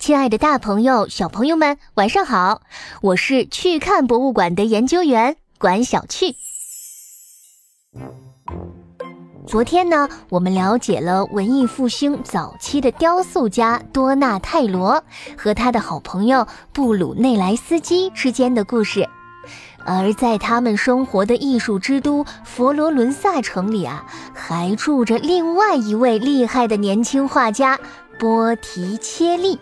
亲爱的大朋友小朋友们，晚上好，我是去看博物馆的研究员管小趣。昨天呢，我们了解了文艺复兴早期的雕塑家多纳泰罗和他的好朋友布鲁内莱斯基之间的故事。而在他们生活的艺术之都佛罗伦萨城里还住着另外一位厉害的年轻画家波提切利。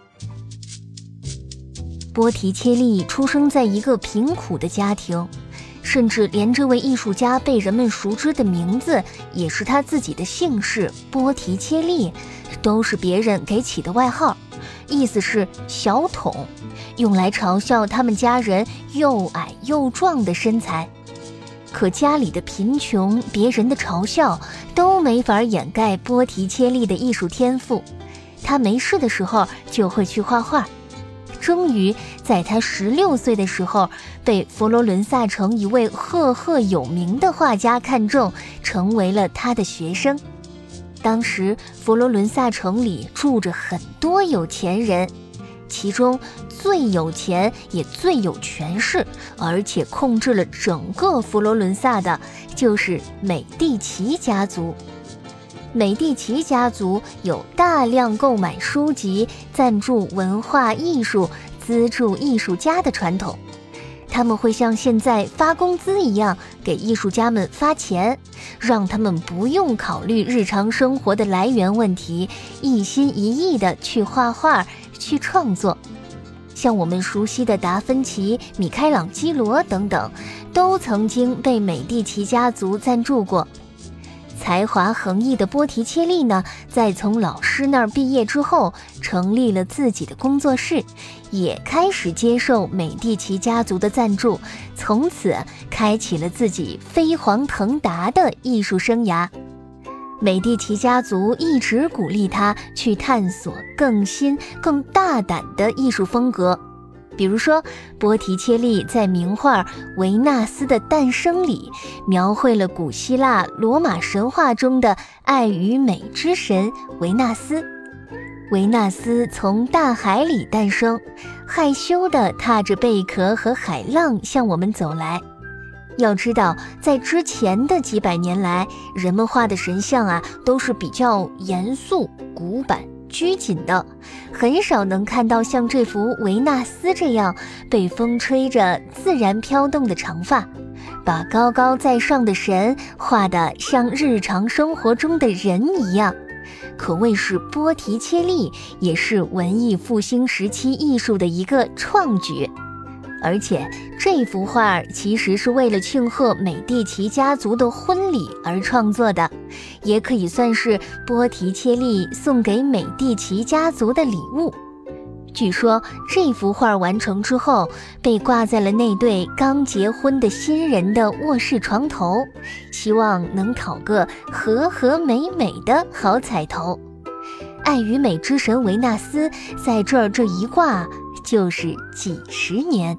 波提切利出生在一个贫苦的家庭，甚至连这位艺术家被人们熟知的名字，也是他自己的姓氏波提切利，都是别人给起的外号，意思是小桶，用来嘲笑他们家人又矮又壮的身材。可家里的贫穷，别人的嘲笑都没法掩盖波提切利的艺术天赋。他没事的时候就会去画画，终于在他16岁的时候，被佛罗伦萨城一位赫赫有名的画家看中，成为了他的学生。当时佛罗伦萨城里住着很多有钱人，其中最有钱也最有权势，而且控制了整个佛罗伦萨的就是美第奇家族。美第奇家族有大量购买书籍、赞助文化艺术、资助艺术家的传统。他们会像现在发工资一样给艺术家们发钱，让他们不用考虑日常生活的来源问题，一心一意地去画画、去创作。像我们熟悉的达芬奇、米开朗基罗等等，都曾经被美第奇家族赞助过。才华横溢的波提切利呢，在从老师那儿毕业之后，成立了自己的工作室，也开始接受美第奇家族的赞助，从此开启了自己飞黄腾达的艺术生涯。美第奇家族一直鼓励他去探索更新、更大胆的艺术风格。比如说，波提切利在名画《维纳斯的诞生》里描绘了古希腊罗马神话中的爱与美之神维纳斯。维纳斯从大海里诞生，害羞地踏着贝壳和海浪向我们走来。要知道，在之前的几百年来，人们画的神像都是比较严肃、古板、拘谨的，很少能看到像这幅维纳斯这样被风吹着自然飘动的长发，把高高在上的神画得像日常生活中的人一样，可谓是波提切利也是文艺复兴时期艺术的一个创举。而且这幅画其实是为了庆贺美第奇家族的婚礼而创作的，也可以算是波提切利送给美第奇家族的礼物。据说这幅画完成之后，被挂在了那对刚结婚的新人的卧室床头，希望能讨个和和美美的好彩头。爱与美之神维纳斯在这儿这一挂就是几十年。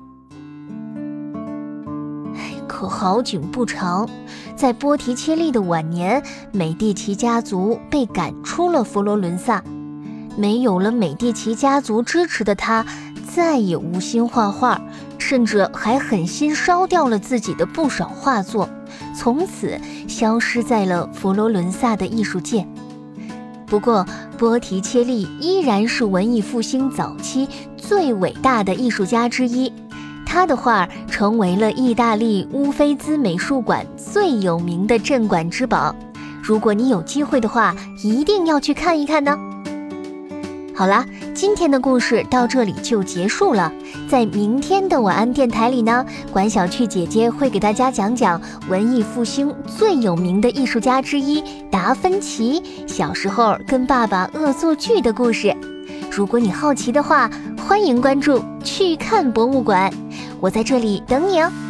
可好景不长，在波提切利的晚年，美第奇家族被赶出了佛罗伦萨。没有了美第奇家族支持的他，再也无心画画，甚至还狠心烧掉了自己的不少画作，从此消失在了佛罗伦萨的艺术界。不过，波提切利依然是文艺复兴早期最伟大的艺术家之一。他的画成为了意大利乌菲兹美术馆最有名的镇馆之宝，如果你有机会的话，一定要去看一看呢。好啦，今天的故事到这里就结束了。在明天的晚安电台里呢，管小趣姐姐会给大家讲讲文艺复兴最有名的艺术家之一达芬奇小时候跟爸爸恶作剧的故事。如果你好奇的话，欢迎关注去看博物馆，我在这里等你哦。